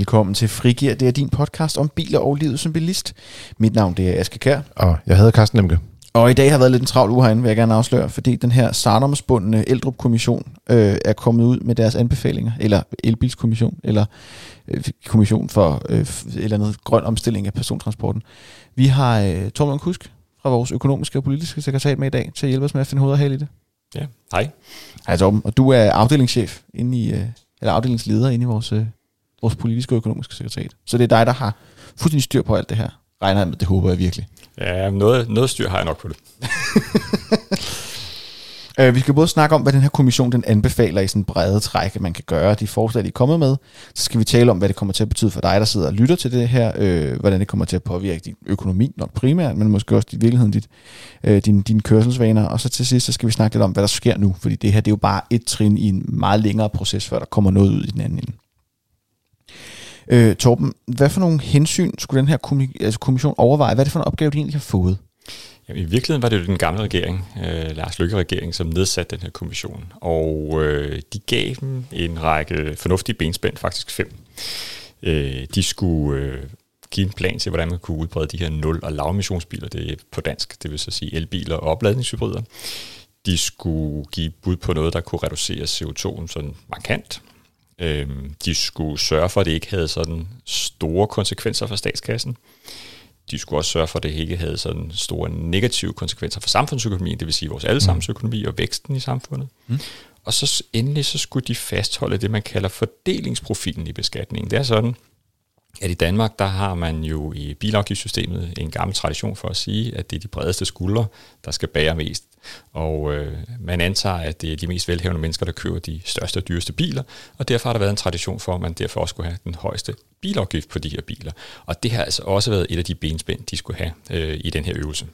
Velkommen til Frigir. Det er din podcast om biler og livet som bilist. Mit navn det er Aske Kjær. Og jeg hedder Carsten Lemke. Og i dag har været lidt en travl uge herinde, vil jeg gerne afsløre, fordi den her sardomsbundne Eldrup-kommission er kommet ud med deres anbefalinger, eller elbilskommission, eller kommission for eller noget grøn omstilling af persontransporten. Vi har Torben Kusk fra vores økonomiske og politiske sekretariat med i dag til at hjælpe os med at finde hoved og hale i det. Ja, hej. Hej Torben, og du er afdelingschef inde i, eller afdelingsleder inde i vores politiske og økonomiske sekretariat. Så det er dig, der har fuldstændig styr på alt det her. Regner jeg med, det håber jeg virkelig. Ja, noget styr har jeg nok på det. Vi skal både snakke om, hvad den her kommission den anbefaler i sådan brede træk, at man kan gøre, de forslag, de er kommet med. Så skal vi tale om, hvad det kommer til at betyde for dig, der sidder og lytter til det her. Hvordan det kommer til at påvirke din økonomi nok primært, men måske også i virkeligheden dine kørselsvaner. Og så til sidst, så skal vi snakke lidt om, hvad der sker nu. Fordi det her, det er jo bare et trin i en meget længere proces, før der kommer noget ud i den anden ende. Torben, hvad for nogle hensyn skulle den her kommission overveje? Hvad er det for en opgave, de egentlig har fået? Jamen, i virkeligheden var det jo den gamle regering, Lars Løkke-regering, som nedsatte den her kommission. Og de gav dem en række fornuftige benspænd, faktisk 5. De skulle give en plan til, hvordan man kunne udbrede de her nul- og lavemissionsbiler, det er på dansk, det vil så sige elbiler og opladningshybrider. De skulle give bud på noget, der kunne reducere CO2'en sådan markant. De skulle sørge for, at det ikke havde sådan store konsekvenser for statskassen. De skulle også sørge for, at det ikke havde sådan store negative konsekvenser for samfundsøkonomien, det vil sige vores allesammens økonomi og væksten i samfundet. Og så endelig så skulle de fastholde det, man kalder fordelingsprofilen i beskatningen. Det er sådan, at i Danmark, der har man jo i bilafgiftssystemet en gammel tradition for at sige, at det er de bredeste skuldre, der skal bære mest. Og man antager, at det er de mest velhavende mennesker, der køber de største og dyreste biler, og derfor har der været en tradition for, at man derfor også skulle have den højeste bilafgift på de her biler. Og det har altså også været et af de benspænd, de skulle have i den her øvelse.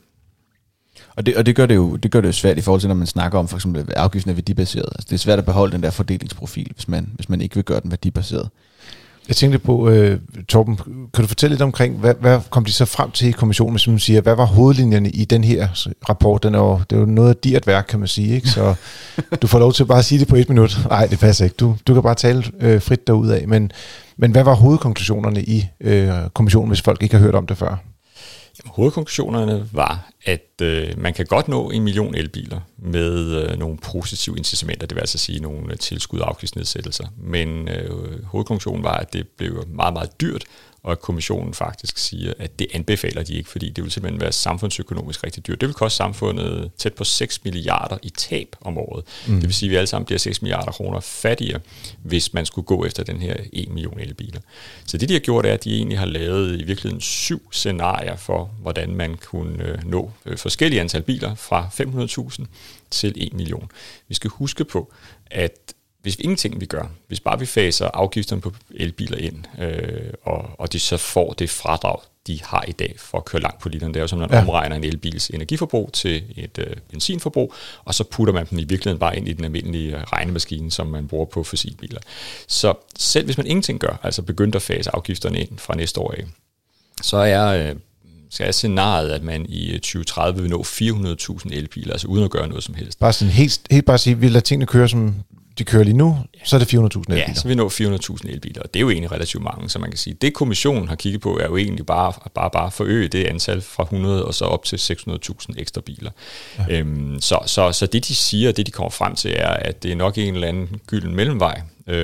Og det gør det jo svært i forhold til, når man snakker om for eksempel, at afgiften er værdibaseret. Altså, det er svært at beholde den der fordelingsprofil, hvis man ikke vil gøre den værdibaseret. Jeg tænkte på, Torben, kan du fortælle lidt omkring, hvad kom de så frem til i kommissionen, hvis man siger, hvad var hovedlinjerne i den her rapport? Det er jo noget af dit værk, kan man sige, ikke? Så du får lov til at bare sige det på 1 minut. Nej, det passer ikke. Du kan bare tale frit derudad. Men hvad var hovedkonklusionerne i kommissionen, hvis folk ikke har hørt om det før? Jamen, hovedkonklusionerne var, at man kan godt nå 1 million elbiler med nogle positive incitamenter, det vil altså sige nogle tilskud og afgiftsnedsættelser. Men hovedkonklusionen var, at det blev meget, meget dyrt, og at kommissionen faktisk siger, at det anbefaler de ikke, fordi det vil simpelthen være samfundsøkonomisk rigtig dyrt. Det vil koste samfundet tæt på 6 milliarder i tab om året. Det vil sige, at vi alle sammen bliver 6 milliarder kroner fattigere, hvis man skulle gå efter den her 1 million elbiler. Så det, de har gjort, er, at de egentlig har lavet i virkeligheden 7 scenarier for, hvordan man kunne nå forskellige antal biler fra 500.000 til 1 million. Vi skal huske på, at hvis vi ingenting vi gør, hvis bare vi faser afgifterne på elbiler ind, og de så får det fradrag, de har i dag for at køre langt på literen, det er jo sådan, at man omregner en elbils energiforbrug til et benzinforbrug, og så putter man dem i virkeligheden bare ind i den almindelige regnemaskine, som man bruger på fossilbiler. Så selv hvis man ingenting gør, altså begyndte at fase afgifterne ind fra næste år af, så er scenariet, at man i 2030 vil nå 400.000 elbiler, altså uden at gøre noget som helst. Bare sådan helt bare sige, vi lader tingene køre, som de kører lige nu, så er det 400.000 elbiler. Ja, så vi når 400.000 elbiler, og det er jo egentlig relativt mange, så man kan sige. Det kommissionen har kigget på, er jo egentlig bare forøge det antal fra 100 og så op til 600.000 ekstra biler. Ja. Så det de siger, det de kommer frem til, er, at det er nok en eller anden gylden mellemvej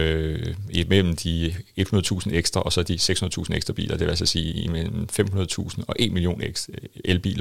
mellem de 100.000 ekstra og så de 600.000 ekstra biler, det vil altså sige imellem 500.000 og 1 million elbiler,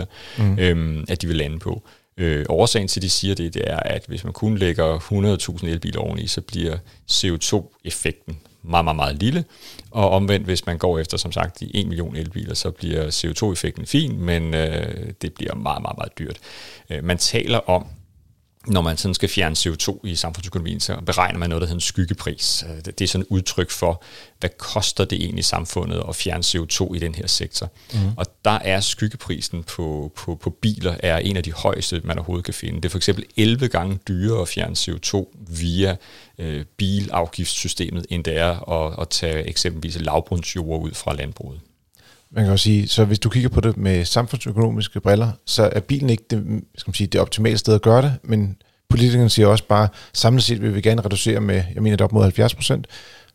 at de vil lande på. Årsagen til, de siger det er, at hvis man kun lægger 100.000 elbiler oveni, så bliver CO2-effekten meget, meget, meget lille. Og omvendt, hvis man går efter, som sagt, de 1 million elbiler, så bliver CO2-effekten fin, men det bliver meget, meget, meget dyrt. Man taler om, når man sådan skal fjerne CO2 i samfundsøkonomien, så beregner man noget, der hedder en skyggepris. Det er sådan et udtryk for, hvad koster det egentlig samfundet at fjerne CO2 i den her sektor. Og der er skyggeprisen på biler er en af de højeste, man overhovedet kan finde. Det er for eksempel 11 gange dyrere at fjerne CO2 via bilafgiftssystemet, end det er at tage eksempelvis lavbundsjord ud fra landbruget. Man kan jo sige, så hvis du kigger på det med samfundsøkonomiske briller, så er bilen ikke det optimale sted at gøre det, men politikerne siger også bare, samlet set vil vi gerne reducere med, jeg mener det op mod 70%,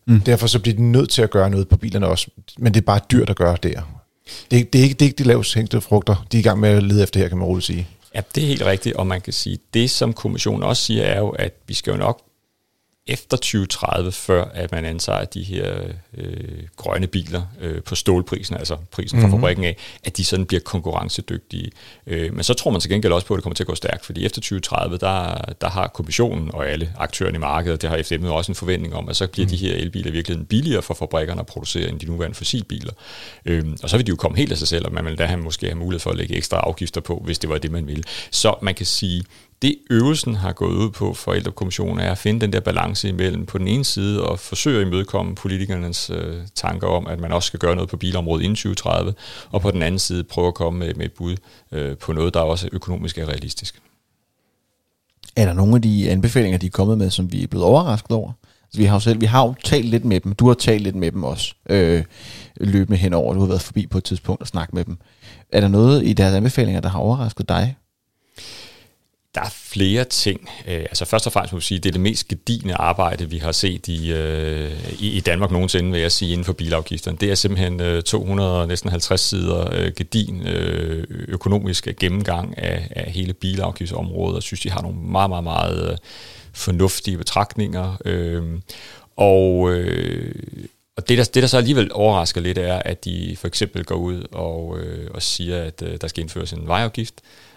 Derfor så bliver de nødt til at gøre noget på bilerne også, men det er bare dyrt at gøre der. Det er ikke de lavest hængte frugter, de er i gang med at lede efter her, kan man roligt sige. Ja, det er helt rigtigt, og man kan sige, det som kommissionen også siger, er jo, at vi skal jo nok efter 2030, før at man antager de her grønne biler på stålprisen, altså prisen fra fabrikken af, at de sådan bliver konkurrencedygtige. Men så tror man til gengæld også på, at det kommer til at gå stærkt, fordi efter 2030, der har kommissionen og alle aktørerne i markedet, det har FDM også en forventning om, at så bliver de her elbiler i virkeligheden billigere for fabrikkerne at producere end de nuværende fossilbiler. Og så vil de jo komme helt af sig selv, og man vil da måske have mulighed for at lægge ekstra afgifter på, hvis det var det, man ville. Så man kan sige, det øvelsen har gået ud på for ældrekommissionen er at finde den der balance imellem på den ene side og forsøge at imødekomme politikernes tanker om, at man også skal gøre noget på bilområdet inden 2030, og på den anden side prøve at komme med et bud på noget, der også økonomisk er realistisk. Er der nogle af de anbefalinger, de er kommet med, som vi er blevet overrasket over? Altså, vi har jo talt lidt med dem. Du har talt lidt med dem også, løbende henover. Du har været forbi på et tidspunkt og snakket med dem. Er der noget i deres anbefalinger, der har overrasket dig? Der er flere ting. Altså først og fremmest må jeg sige, det er det mest gedigne arbejde, vi har set i Danmark nogensinde, vil jeg sige, inden for bilafgifterne. Det er simpelthen 250 sider gedin økonomisk gennemgang af hele bilafgiftsområdet, og synes, de har nogle meget, meget, meget fornuftige betragtninger. Og det, der så alligevel overrasker lidt, er, at de for eksempel går ud og siger, at der skal indføres en vejafgift.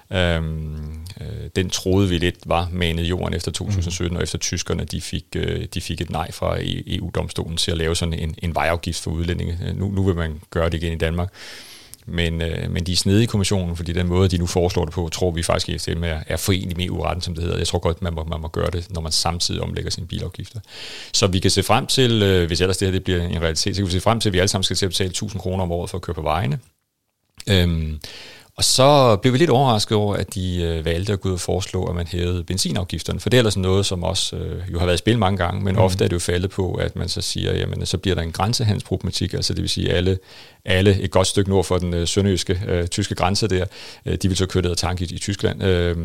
Den troede vi lidt var manet jorden efter 2017, og efter tyskerne de fik et nej fra EU-domstolen til at lave sådan en vejafgift for udlændinge. Nu vil man gøre det igen i Danmark. Men de er snede i kommissionen, fordi den måde, de nu foreslår det på, tror vi faktisk er forenlig med EU-retten, som det hedder. Jeg tror godt, man må gøre det, når man samtidig omlægger sine bilafgifter. Så vi kan se frem til, hvis ellers det her det bliver en realitet, så kan vi se frem til, at vi alle sammen skal til at betale 1.000 kroner om året for at køre på vejene. Og så blev vi lidt overrasket over, at de valgte at gå ud og foreslå, at man hævede benzinafgifterne, for det er ellers noget, som også jo har været i spil mange gange, men ofte er det jo faldet på, at man så siger, jamen så bliver der en grænsehandelsproblematik, altså det vil sige, alle et godt stykke nord for den sønderjyske tyske grænse der, de vil så køre ned og tanke i Tyskland,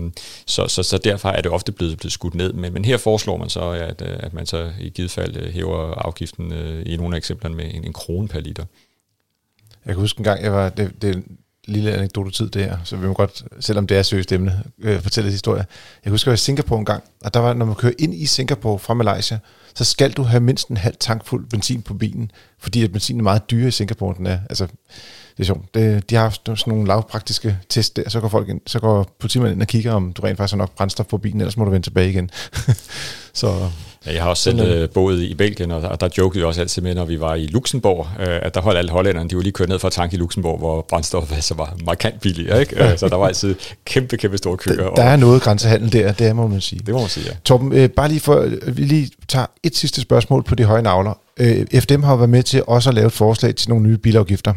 så derfor er det ofte blevet skudt ned, men her foreslår man så, at man så i givet fald hæver afgiften i nogle af eksemplerne med en krone per liter. Jeg kan huske en gang, jeg var det lille anekdotetid det her, så vi må godt, selvom det er seriøst emne, fortælle et historie. Jeg husker, at jeg var i Singapore en gang, og der var, når man kører ind i Singapore fra Malaysia, så skal du have mindst en halv tank fuld benzin på bilen, fordi at benzin er meget dyre i Singapore, den er. Altså, det er sjovt. De har haft sådan nogle lavpraktiske test der, så går politimanden ind og kigger, om du rent faktisk har nok brændstof på bilen, ellers må du vende tilbage igen. Så... Ja, jeg har også selv boet i Belgien, og der jokede vi også altid med, når vi var i Luxembourg, at der holdt alle hollænderne, de var lige kørt ned for at tanke i Luxembourg, hvor brændstoffet altså var markant billigere, ikke? Så der var altid kæmpe store køer. Der er noget grænsehandel der, det må man sige. Det må man sige, ja. Torben, bare lige for, vi lige tager et sidste spørgsmål på de høje navler. FDM har været med til også at lave et forslag til nogle nye bilafgifter.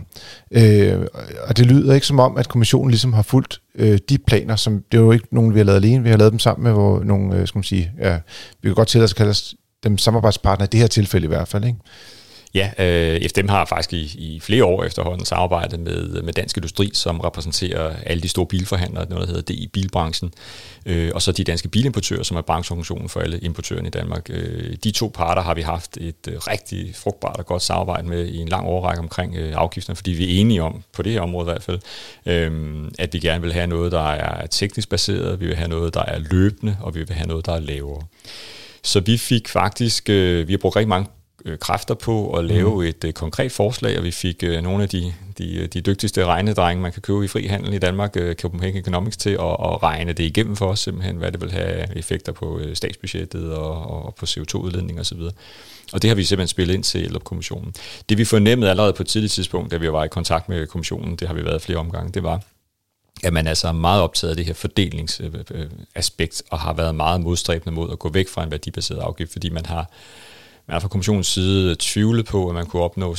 Og det lyder ikke som om, at kommissionen ligesom har fulgt de planer, som det er jo ikke nogen, vi har lavet alene. Vi har lavet dem sammen med nogle, skal man sige, ja, vi kan godt tillade os at kalde dem samarbejdspartnere i det her tilfælde i hvert fald, ikke? Ja, FDM har faktisk i flere år efterhånden samarbejdet med Dansk Industri, som repræsenterer alle de store bilforhandlere, noget der hedder DI Bilbranchen, og så de danske bilimportører, som er brancheorganisationen for alle importørerne i Danmark. De to parter har vi haft et rigtig frugtbart og godt samarbejde med i en lang årrække omkring afgifterne, fordi vi er enige om, på det her område i hvert fald, at vi gerne vil have noget, der er teknisk baseret, vi vil have noget, der er løbende, og vi vil have noget, der er lavere. Så vi fik faktisk, vi har brugt rigtig mange kræfter på at lave et konkret forslag, og vi fik nogle af de dygtigste regnedrenge, man kan købe i frihandel i Danmark, Copenhagen Economics, til at regne det igennem for os, simpelthen, hvad det vil have effekter på statsbudgettet og på CO2-udledning osv. Og det har vi simpelthen spillet ind til Elop-kommissionen. Det vi fornemmede allerede på et tidligt tidspunkt, da vi var i kontakt med kommissionen, det har vi været flere omgange, det var, at man altså er meget optaget af det her fordelingsaspekt, og har været meget modstræbende mod at gå væk fra en værdibaseret afgift, fordi man har fra kommissionens side tvivlet på, at man kunne opnå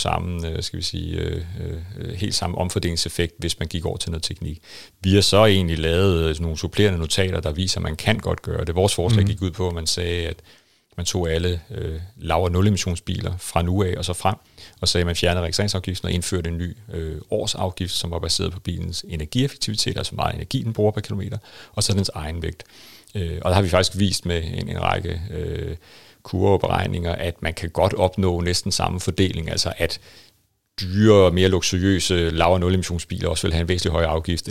helt samme omfordelingseffekt, hvis man gik over til noget teknik. Vi har så egentlig lavet nogle supplerende notater, der viser, at man kan godt gøre det. Vores forslag gik ud på, at man sagde, at man tog alle lav- og nul-emissionsbiler fra nu af og så frem, og sagde, at man fjernede registreringsafgiften og indførte en ny årsafgift, som var baseret på bilens energieffektivitet, altså meget energi, den bruger per kilometer, og så dens egen vægt. Og der har vi faktisk vist med en række kurveberegninger, at man kan godt opnå næsten samme fordeling, altså at dyre, mere luksuriøse, lav- og nul-emissionsbiler også vil have en væsentlig højere afgift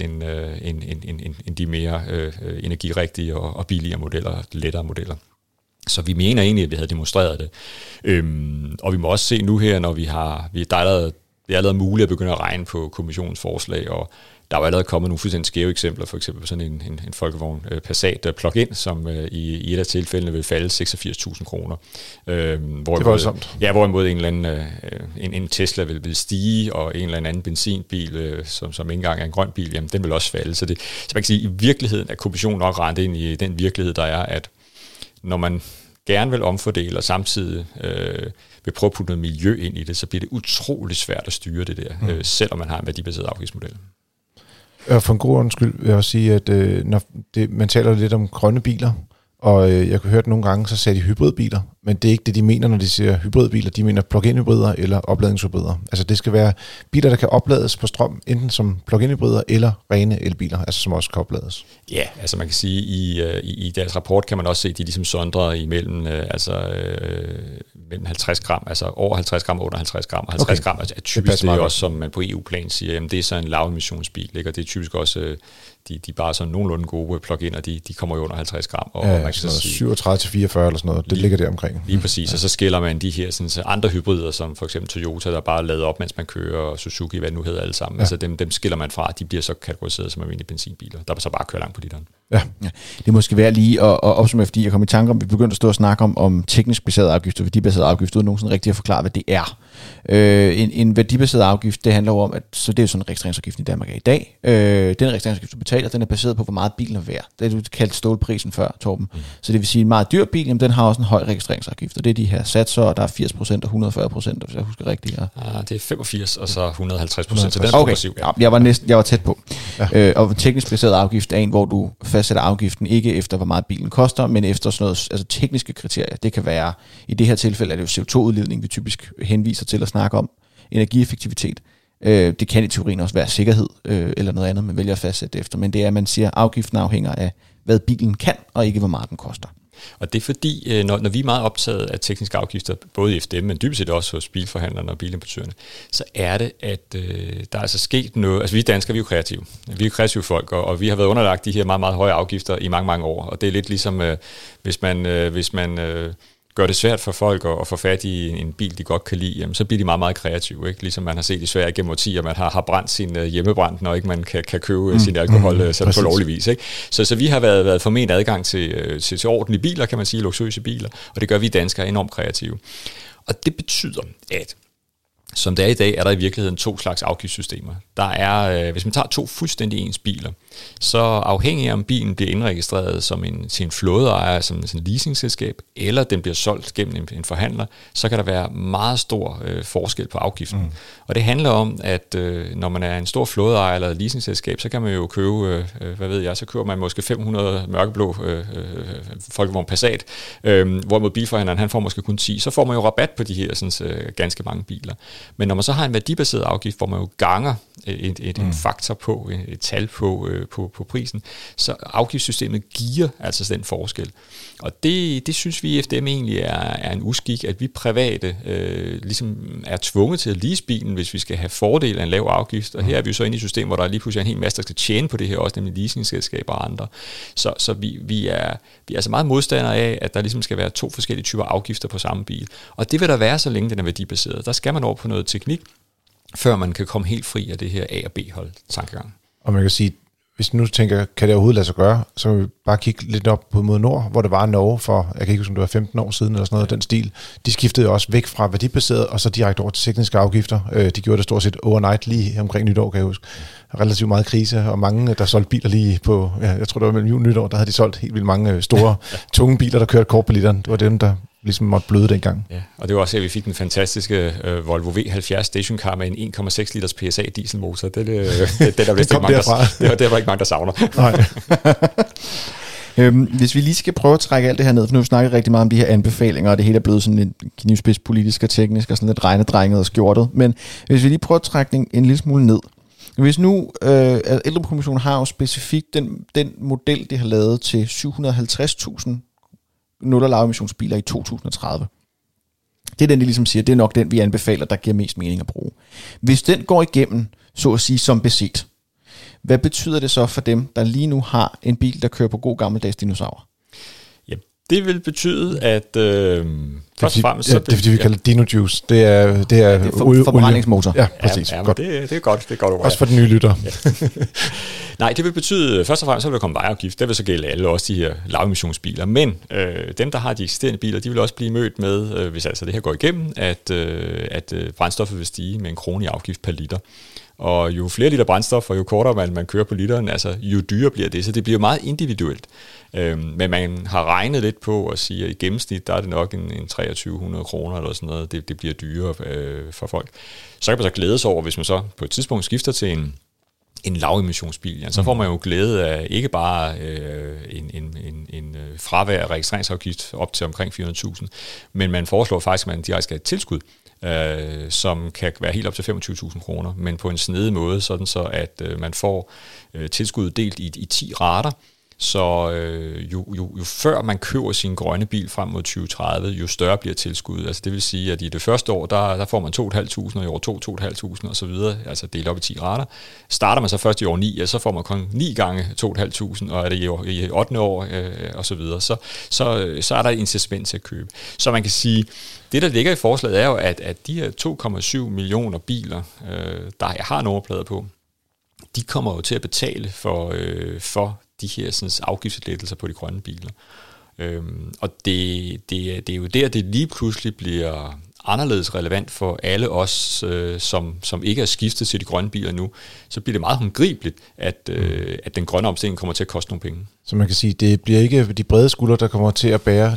end de mere energirigtige og billigere modeller, lettere modeller. Så vi mener egentlig, at vi havde demonstreret det. Og vi må også se nu her, når det er allerede muligt at begynde at regne på kommissionens forslag, og der er jo allerede kommet nogle fuldstændig skæve eksempler, for eksempel sådan en Folkevogn Passat plug-in, som i et af tilfældene vil falde 86.000 kroner. Det er voldsomt. Ja, hvorimod en eller anden en Tesla vil stige, og en eller anden benzinbil, som ikke engang er en grøn bil, jamen den vil også falde. Så man kan sige, at i virkeligheden er kommissionen nok rent ind i den virkelighed, der er, at når man gerne vil omfordele, og samtidig vil prøve at putte noget miljø ind i det, så bliver det utrolig svært at styre det der, selvom man har en værdibaseret afgiftsmodel. For en god undskyld vil jeg også sige, at man taler lidt om grønne biler, og jeg kunne høre det nogle gange, så sagde de hybridbiler, men det er ikke det, de mener, når de siger hybridbiler. De mener plug-in hybrider eller opladningshybrider. Altså det skal være biler, der kan oplades på strøm, enten som plug-in hybrider eller rene elbiler, altså som også kan oplades. Ja, altså man kan sige, i deres rapport kan man også se, at de ligesom sondrer imellem mellem 50 gram, altså over 50 gram, under 50 gram, og 50 gram er typisk det også, som man på EU-plan siger, jamen det er så en lavemissionsbil, ikke? Og det er typisk også, de bare sådan nogenlunde gode plug-in'er, de kommer jo under 50 gram. Og ja, man kan sige 37-44 eller sådan noget, det ligger der omkring. Lige præcis, og så skiller man de her sådan, andre hybrider, som for eksempel Toyota, der bare er lavet op, mens man kører, og Suzuki, hvad det nu hedder alle sammen. Ja. Altså dem skiller man fra, de bliver så kategoriseret som almindelige benzinbiler, der så bare kører langt på literen. Ja. Det er måske værd lige at opsummere, fordi jeg kom i tanke om, at vi begyndte at stå og snakke om teknisk baseret afgift og værdibaseret afgift, uden nogensinde rigtig at forklare, hvad det er. En værdibaseret afgift, det handler jo om, at så det er jo sådan en registreringsafgift i Danmark i dag. Den registreringsafgift, du betaler, den er baseret på, hvor meget bilen er værd. Det er du kaldt stålprisen før, Torben. Så det vil sige, en meget dyr bil, jamen, den har også en høj registreringsafgift, og det er de her satser, og der er 80% og 140%, hvis jeg husker rigtigt. Ja. Det er 85 og så 150%, så den er progressiv. Okay, jeg var tæt på. Ja. Og teknisk baseret afgift er en, hvor du fastsætter afgiften ikke efter, hvor meget bilen koster, men efter sådan noget, altså tekniske kriterier. Det kan være, i det her tilfælde er det jo CO2-udledning, vi typisk henviser til at snakke om, energieffektivitet. Det kan i teorien også være sikkerhed eller noget andet, man vælger at fastsætte efter, men det er, at man siger, at afgiften afhænger af, hvad bilen kan, og ikke hvor meget den koster. Og det er fordi, når vi er meget optaget af tekniske afgifter, både i FDM, men dybest set også hos bilforhandlerne og bilimportørerne, så er det, at der er altså sket noget. Altså vi danskere, vi er jo kreative. Vi er kreative folk, og vi har været underlagt de her meget, meget høje afgifter i mange, mange år. Og det er lidt ligesom, hvis man gør det svært for folk at få fat i en bil, de godt kan lide, jamen, så bliver de meget, meget kreative. Ikke? Ligesom man har set i Sverige gennem årtier, man har brændt sin hjemmebrand, når ikke man kan købe sin alkohol på lovlig vis. Ikke? Så vi har været forment adgang til ordentlige biler, kan man sige, luksuriøse biler, og det gør vi danskere enormt kreative. Og det betyder, at som det er i dag, er der i virkeligheden 2 slags afgiftssystemer. Der er, hvis man tager 2 fuldstændig ens biler, så afhængig af om bilen bliver indregistreret til en flådeejer, som en leasingselskab, eller den bliver solgt gennem en forhandler, så kan der være meget stor forskel på afgiften. Og det handler om, at når man er en stor flådeejer eller et leasingselskab, så kan man jo købe, så køber man måske 500 mørkeblå Folkevogn Passat, hvorimod bilforhandleren, han får måske kun 10, så får man jo rabat på de her sådan, ganske mange biler. Men når man så har en værdibaseret afgift, hvor man jo ganger en faktor på, et tal på prisen, så afgiftssystemet giver altså den forskel. Og det synes vi i FDM egentlig er en uskik, at vi private ligesom er tvunget til at lease bilen, hvis vi skal have fordel af en lav afgift. Og her er vi jo så inde i et system, hvor der lige pludselig er en hel masse, der skal tjene på det her, også nemlig leasingselskaber og andre. Så vi er altså meget modstandere af, at der ligesom skal være 2 forskellige typer afgifter på samme bil. Og det vil der være, så længe den er værdibaseret. Der skal man over på noget teknik, før man kan komme helt fri af det her A- og B-hold tankegang. Og man kan sige, hvis du nu tænker, kan det overhovedet lade sig gøre, så kan vi bare kigge lidt op på mod nord, hvor det var Norge for, jeg kan ikke huske, om det var 15 år siden, eller sådan noget af den stil. De skiftede også væk fra værdibaseret, og så direkte over til tekniske afgifter. De gjorde det stort set overnight lige omkring nytår, kan jeg huske. Relativt meget krise, og mange, der solgte biler lige på, jeg tror det var mellem jul og nytår, der havde de solgt helt vildt mange store, tunge biler, der kørte kort på literen. Det var dem, der ligesom måtte bløde dengang. Ja, og det var også her, vi fik den fantastiske Volvo V70 stationcar med en 1,6 liters PSA dieselmotor. Det der var ikke mange, der savner. Nej. Hvis vi lige skal prøve at trække alt det her ned, for nu har vi snakket rigtig meget om de her anbefalinger, og det hele er blevet sådan lidt knivspids politisk og teknisk, og sådan lidt regnedrenget og skjortet. Men hvis vi lige prøver at trække en lille smule ned. Hvis nu, Eldrupkommissionen har jo specifikt den model, de har lavet til 750.000 nul- og lavemissionsbiler i 2030. Det er den, de ligesom siger, det er nok den, vi anbefaler, der giver mest mening at bruge. Hvis den går igennem, så at sige som beset, hvad betyder det så for dem, der lige nu har en bil, der kører på god gammeldags dinosaurer? Ja, det vil betyde, at først og fremmest... Det er fordi, vi kalder dino-juice. Det er forbrændingsmotor. Ja, præcis. Ja, godt. Det er godt. Det er godt ord. Også for den nye lytter. Ja. Nej, det vil betyde, først og fremmest, så vil der komme vejafgift. Det vil så gælde alle, også de her lavemissionsbiler. Men dem, der har de eksisterende biler, de vil også blive mødt med, hvis altså det her går igennem, at brændstoffet vil stige med 1 krone i afgift per liter. Og jo flere liter brændstof, og jo kortere man kører på literen, altså jo dyrere bliver det. Så det bliver meget individuelt. Men man har regnet lidt på at sige, at i gennemsnit, der er det nok en 2300 kroner eller sådan noget. Det bliver dyrere for folk. Så kan man så glæde sig over, hvis man så på et tidspunkt skifter til en lavemissionsbil, ja, så får man jo glæde af ikke bare en fravær af registreringsafgift op til omkring 400.000, men man foreslår faktisk, at man direkte skal have et tilskud, som kan være helt op til 25.000 kroner, men på en snedig måde, sådan så at man får tilskuddet delt i 10 rater, så jo før man køber sin grønne bil frem mod 2030, jo større bliver tilskuddet. Altså det vil sige, at i det første år, der får man 2.500, og i år 2.500 og så videre, altså delt op i 10 rater. Starter man så først i år 9, ja, så får man kun 9 gange 2.500, og er det i 8. år og så videre, så er der et incitament til at købe. Så man kan sige, det der ligger i forslaget er jo, at de her 2,7 millioner biler, der har nummerplader på, de kommer jo til at betale for de her sådan, afgiftslettelser på de grønne biler. Og det er jo der, det lige pludselig bliver anderledes relevant for alle os, som ikke er skiftet til de grønne biler nu. Så bliver det meget håndgribeligt, at den grønne omstilling kommer til at koste nogle penge. Så man kan sige, det bliver ikke de brede skuldre, der kommer til at bære,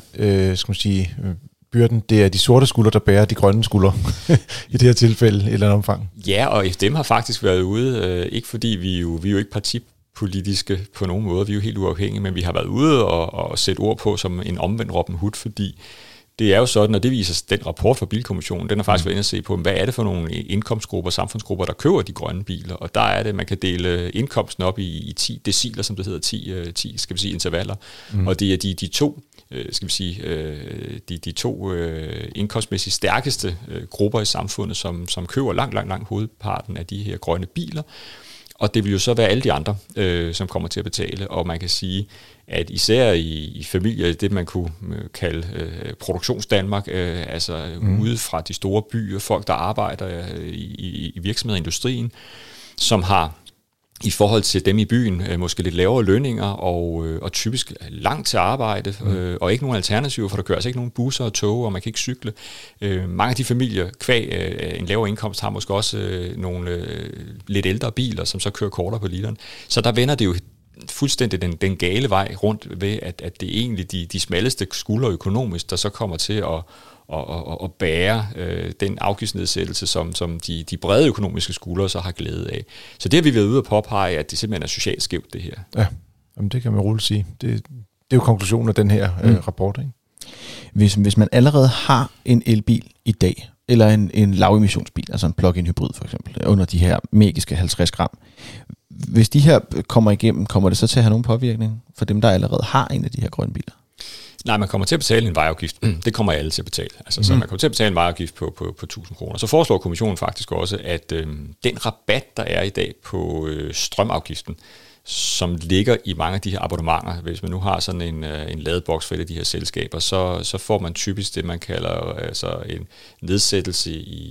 byrden. Det er de sorte skuldre, der bærer de grønne skuldre i det her tilfælde i et eller andet omfang. Ja, og FDM har faktisk været ude, ikke fordi vi er jo ikke partipolitiske på nogen måde, vi er jo helt uafhængige, men vi har været ude og sætte ord på som en omvendt Robin Hood, fordi det er jo sådan, og det viser den rapport fra Bilkommissionen, den har faktisk været inde at se på, hvad er det for nogle indkomstgrupper, samfundsgrupper, der køber de grønne biler, og der er det, man kan dele indkomsten op i 10 deciler, som det hedder, 10 skal vi sige, intervaller, og det er de to skal vi sige, de to indkomstmæssigt stærkeste grupper i samfundet, som køber langt hovedparten af de her grønne biler. Og det vil jo så være alle de andre, som kommer til at betale. Og man kan sige, at især i familier, det man kunne kalde produktionsdanmark, ude fra de store byer, folk der arbejder i virksomheder og industrien, som har i forhold til dem i byen måske lidt lavere lønninger og typisk langt til arbejde og ikke nogen alternativer, for der kører altså ikke nogen busser og tog, og man kan ikke cykle. Mange af de familier, kvæg en lavere indkomst, har måske også nogle lidt ældre biler, som så kører kortere på literen. Så der vender det jo fuldstændig den gale vej rundt ved, at det er egentlig de smalleste skuldre økonomisk, der så kommer til at bære den afgiftsnedsættelse, som de brede økonomiske skuldre så har glæde af. Så det har vi været ude at påpege, at det simpelthen er socialt skævt, det her. Ja, jamen det kan man roligt sige. Det er jo konklusionen af den her rapport, ikke? Hvis man allerede har en elbil i dag, eller en lavemissionsbil, altså en plug-in hybrid for eksempel, under de her magiske 50 gram, hvis de her kommer igennem, kommer det så til at have nogen påvirkning for dem, der allerede har en af de her grønne biler? Nej, man kommer til at betale en vejafgift. Det kommer alle til at betale. Så man kommer til at betale en vejafgift på 1.000 kroner. Så foreslår kommissionen faktisk også, at den rabat, der er i dag på strømafgiften, som ligger i mange af de her abonnementer, hvis man nu har sådan en ladeboks for et af de her selskaber, så får man typisk det, man kalder altså en nedsættelse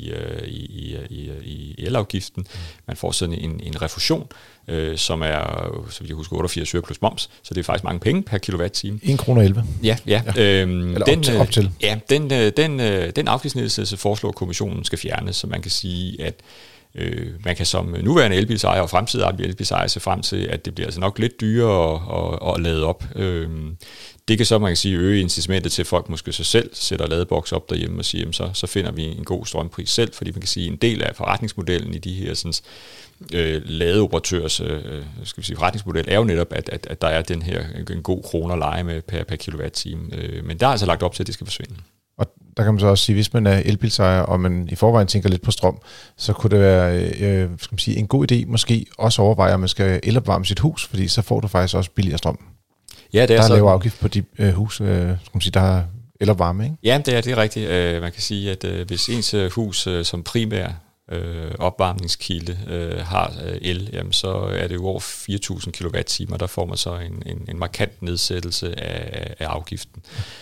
i elafgiften. Man får sådan en refusion, som er, så vidt jeg husker, 88 øre plus moms, så det er faktisk mange penge per kilowatt-time. 1,11 kroner. Ja. Eller op til. Ja, den afgiftsnedsættelse foreslår kommissionen skal fjernes, så man kan sige, at man kan som nuværende elbilsejer og fremtidige elbilsejer se frem til, at det bliver altså nok lidt dyrere at lade op. Det kan så, man kan sige, øge incitamentet til, at folk måske sig selv sætter ladeboks op derhjemme og siger, jamen så finder vi en god strømpris selv, fordi man kan sige, en del af forretningsmodellen i de her sådan, ladeoperatørs skal vi sige, forretningsmodel er jo netop, at der er den her en god kroner leje med per kilowatt-time. Men der er altså lagt op til, at det skal forsvinde. Og der kan man så også sige, hvis man er elbilsejer, og man i forvejen tænker lidt på strøm, så kunne det være skal man sige, en god idé måske også overveje, at man skal elopvarme sit hus, fordi så får du faktisk også billigere strøm. Ja, det der er så lav afgift på de hus, skal man sige, der har el og varme, ikke? Ja, det er rigtigt. Man kan sige, at hvis ens hus som primær opvarmningskilde har el, jamen, så er det jo over 4.000 kWh, der får man så en markant nedsættelse af afgiften.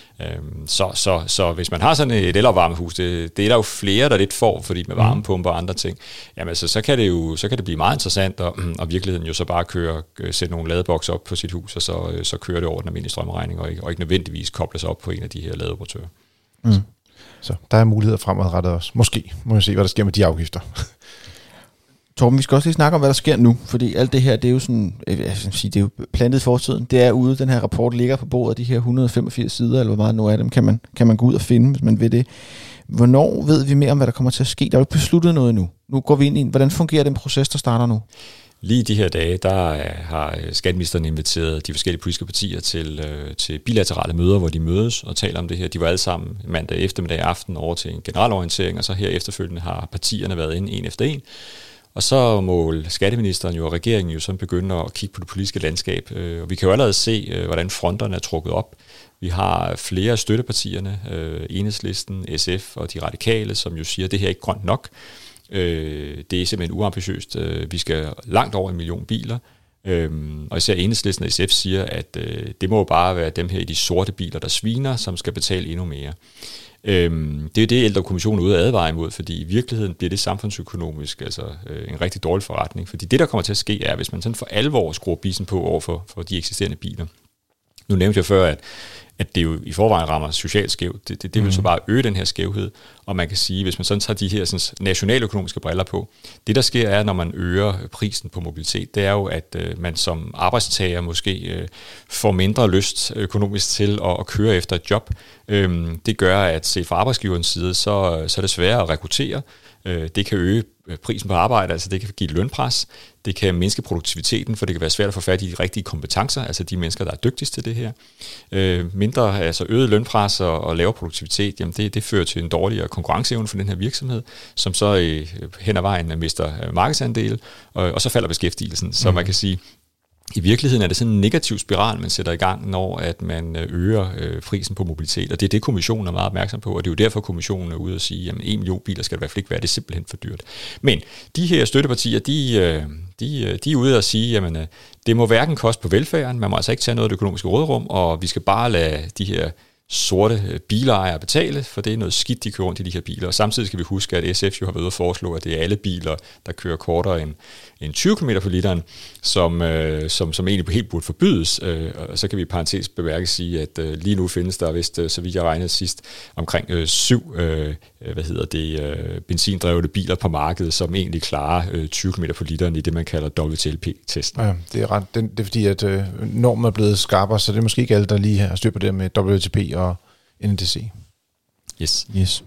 Så hvis man har sådan et elopvarmehus, det er der jo flere, der lidt får, fordi med varmepumper og andre ting, jamen altså, så kan det blive meget interessant, og virkeligheden jo så bare sætte nogle ladebokser op på sit hus, og så kører det over den almindelige strømregning, og ikke nødvendigvis kobles op på en af de her ladeoperatører. Så der er muligheder fremadrettet også. Måske må jeg se, hvad der sker med de afgifter. Torben, vi skal også lige snakke om, hvad der sker nu, fordi alt det her, det er jo sådan, det er jo plantet i fortiden. Det er ude, den her rapport ligger på bordet, de her 185 sider, eller hvor meget nu af dem kan man gå ud og finde, hvis man vil det. Hvornår ved vi mere om, hvad der kommer til at ske? Der er jo ikke besluttet noget nu. Nu går vi ind i, hvordan fungerer den proces, der starter nu? Lige de her dage, der har skatteministeren inviteret de forskellige politiske partier til bilaterale møder, hvor de mødes og taler om det her. De var alle sammen mandag eftermiddag aften over til en generalorientering, og så her efterfølgende har partierne været inde en efter en. Og så må skatteministeren og regeringen jo sådan begynde at kigge på det politiske landskab. Og vi kan jo allerede se, hvordan fronterne er trukket op. Vi har flere af støttepartierne, Enhedslisten, SF og de radikale, som jo siger, at det her er ikke grønt nok. Det er simpelthen uambitiøst. Vi skal langt over 1 million biler. Og især Enhedslisten og SF siger, at det må jo bare være dem her i de sorte biler, der sviner, som skal betale endnu mere. Det er det, Ældrekommissionen er ude at advare imod, fordi i virkeligheden bliver det samfundsøkonomisk en rigtig dårlig forretning. Fordi det, der kommer til at ske, er, hvis man sådan for alvor skruer bisen på over for de eksisterende biler. Nu nævnte jeg før, at det jo i forvejen rammer socialt skævt. Det vil så bare øge den her skævhed. Og man kan sige, hvis man sådan tager de her sådan, nationaløkonomiske briller på, det der sker er, når man øger prisen på mobilitet, det er jo, at man som arbejdstager måske får mindre lyst økonomisk til at køre efter et job. Det gør, at set fra arbejdsgiverens side, så er det sværere at rekruttere. Det kan øge prisen på arbejde, altså det kan give lønpres, det kan mindske produktiviteten, for det kan være svært at få fat i de rigtige kompetencer, altså de mennesker, der er dygtigst til det her. Øget lønpres og lavere produktivitet, jamen det fører til en dårligere konkurrenceevne for den her virksomhed, som så hen ad vejen mister markedsandele, og så falder beskæftigelsen. Så man kan sige, i virkeligheden er det sådan en negativ spiral, man sætter i gang, når at man øger prisen på mobilitet, og det er det, kommissionen er meget opmærksom på, og det er jo derfor, kommissionen er ude og sige, at 1 million biler skal det i hvert fald ikke være, det er simpelthen for dyrt. Men de her støttepartier, de er ude og sige, at det må hverken koste på velfærden, man må altså ikke tage noget af det økonomiske råderum, og vi skal bare lade de her sorte bilejere betale, for det er noget skidt, de kører rundt i de her biler. Og samtidig skal vi huske, at SF jo har været ude at foreslå, at det er alle biler, der kører kortere end 20 km på literen, som egentlig helt burde forbydes. Og så kan vi i parentes bemærke sige, at lige nu findes der vist, så vidt jeg regnede sidst, omkring 7 benzindrevne biler på markedet, som egentlig klarer 20 km på literen i det, man kalder WLTP-testen. Ja, det er ret. Det er fordi, at normen er blevet skarpere, så det er måske ikke alle, der lige har styr på det med WLTP og NDC. Yes.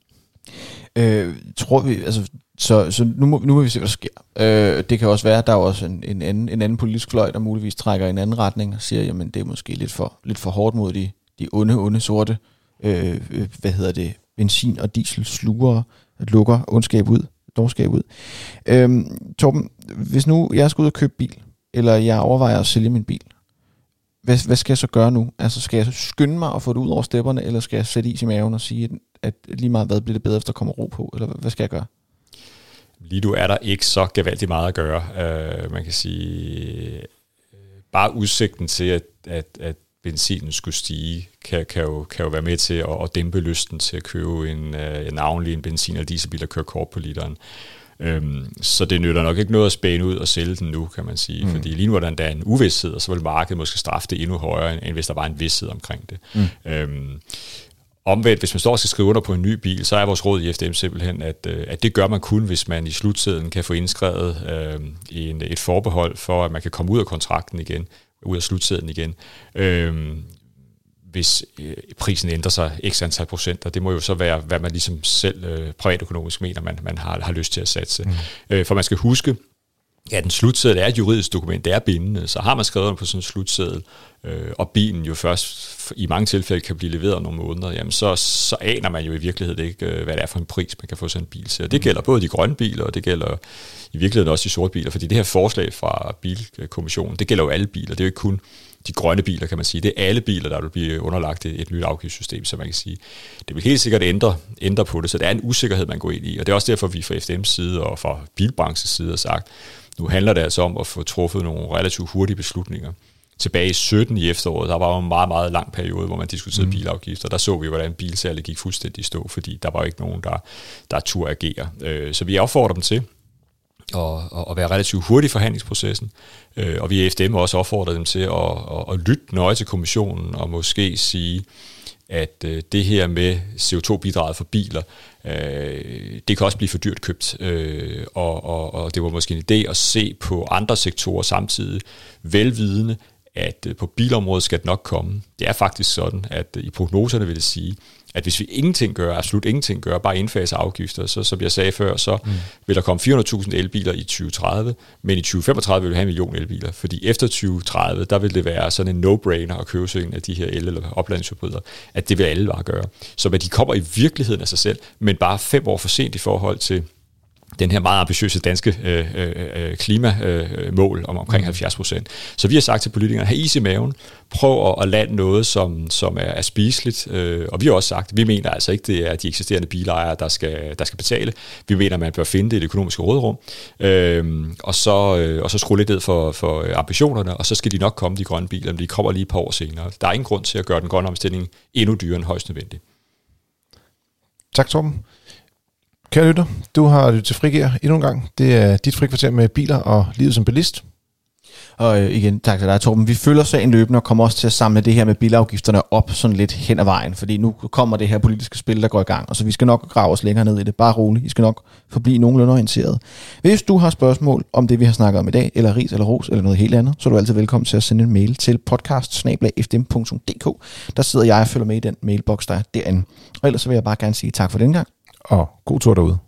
Tror vi, altså, så nu må vi se, hvad der sker. Det kan også være, at der er også en anden politisk fløj, der muligvis trækker i en anden retning og siger, jamen det er måske lidt for hårdt mod de onde sorte, benzin- og dieselslugere, at lukker ondskab ud, dårskab ud. Torben, hvis nu jeg skal ud og købe bil, eller jeg overvejer at sælge min bil, hvad skal jeg så gøre nu? Altså skal jeg så skynde mig og få det ud over stepperne, eller skal jeg sætte is i maven og sige, at lige meget hvad bliver det bedre, hvis der kommer ro på, eller hvad skal jeg gøre? Lige nu er der ikke så gevaldigt meget at gøre. Man kan sige, bare udsigten til, at benzinen skulle stige, kan jo være med til at dæmpe lysten til at købe navnlig en benzin- eller dieselbil, der kører kort på literen. Så det nytter nok ikke noget at spæne ud og sælge den nu, kan man sige. Fordi lige nu er der en uvished, og så vil markedet måske straffe det endnu højere, end hvis der var en vished omkring det. Omvendt, hvis man står og skal skrive under på en ny bil, så er vores råd i FDM simpelthen, at det gør man kun, hvis man i sluttiden kan få indskrevet et forbehold for, at man kan komme ud af kontrakten igen, ud af sluttiden igen. Hvis prisen ændrer sig x antal procent, og det må jo så være, hvad man ligesom selv privatøkonomisk mener, man har lyst til at satse. For man skal huske, at en slutseddel er et juridisk dokument, det er bindende, så har man skrevet under på sådan en slutseddel, og bilen jo først i mange tilfælde kan blive leveret om nogle måneder, jamen så aner man jo i virkeligheden ikke, hvad det er for en pris, man kan få sådan en bil til. Og det gælder både de grønne biler, og det gælder i virkeligheden også de sorte biler, fordi det her forslag fra Bilkommissionen, det gælder jo alle biler, det er jo ikke kun de grønne biler, kan man sige. Det er alle biler, der vil blive underlagt et nyt afgiftssystem, så man kan sige. Det vil helt sikkert ændre på det, så det er en usikkerhed, man går ind i. Og det er også derfor, vi fra FDM's side og fra bilbranchens side har sagt, nu handler det altså om at få truffet nogle relativt hurtige beslutninger. Tilbage i 17 i efteråret, der var jo en meget, meget lang periode, hvor man diskuterede bilafgifter. Der så vi, hvordan bilsalget gik fuldstændig i stå, fordi der var jo ikke nogen, der turde agere. Så vi opfordrer dem til at være relativt hurtig i forhandlingsprocessen, og vi i FDM også opfordrer dem til at lytte nøje til kommissionen og måske sige, at det her med CO2-bidraget for biler, det kan også blive for dyrt købt, og det var måske en idé at se på andre sektorer samtidig, velvidende, at på bilområdet skal det nok komme. Det er faktisk sådan, at i prognoserne vil det sige, at hvis vi ingenting gør, absolut ingenting gør, bare indfase afgifter, så som jeg sagde før, så vil der komme 400.000 elbiler i 2030, men i 2035 vil vi have 1 million elbiler, fordi efter 2030, der vil det være sådan en no-brainer at købe sig en af de her el- eller opladningshybrider, at det vil alle bare gøre. Så de kommer i virkeligheden af sig selv, men bare 5 år for sent i forhold til den her meget ambitiøse danske klimamål om omkring 70%. Så vi har sagt til politikerne, have is i maven, prøv at lande noget, som er spiseligt, og vi har også sagt, vi mener altså ikke, det er de eksisterende bilejere, der skal betale. Vi mener, man bør finde det økonomiske råderum, og så skrue lidt ned for ambitionerne, og så skal de nok komme, de grønne biler, men de kommer lige et par år senere. Der er ingen grund til at gøre den grønne omstilling endnu dyrere end højst nødvendigt. Tak, Torben. Kære lytter, du har lyttet til Frigir endnu en gang. Det er dit frikvarter med biler og livet som bilist. Og igen, tak til dig, Torben. Vi følger sagen løbende og kommer også til at samle det her med bilafgifterne op sådan lidt hen ad vejen, fordi nu kommer det her politiske spil, der går i gang, og så vi skal nok grave os længere ned i det. Bare roligt, I skal nok forblive nogenlunde orienteret. Hvis du har spørgsmål om det, vi har snakket om i dag, eller ris eller ros eller noget helt andet, så er du altid velkommen til at sende en mail til podcast@fdm.dk. Der sidder jeg og følger med i den mailbox, der er derinde. Og ellers så vil jeg bare gerne sige tak for den gang. Og god tur derude.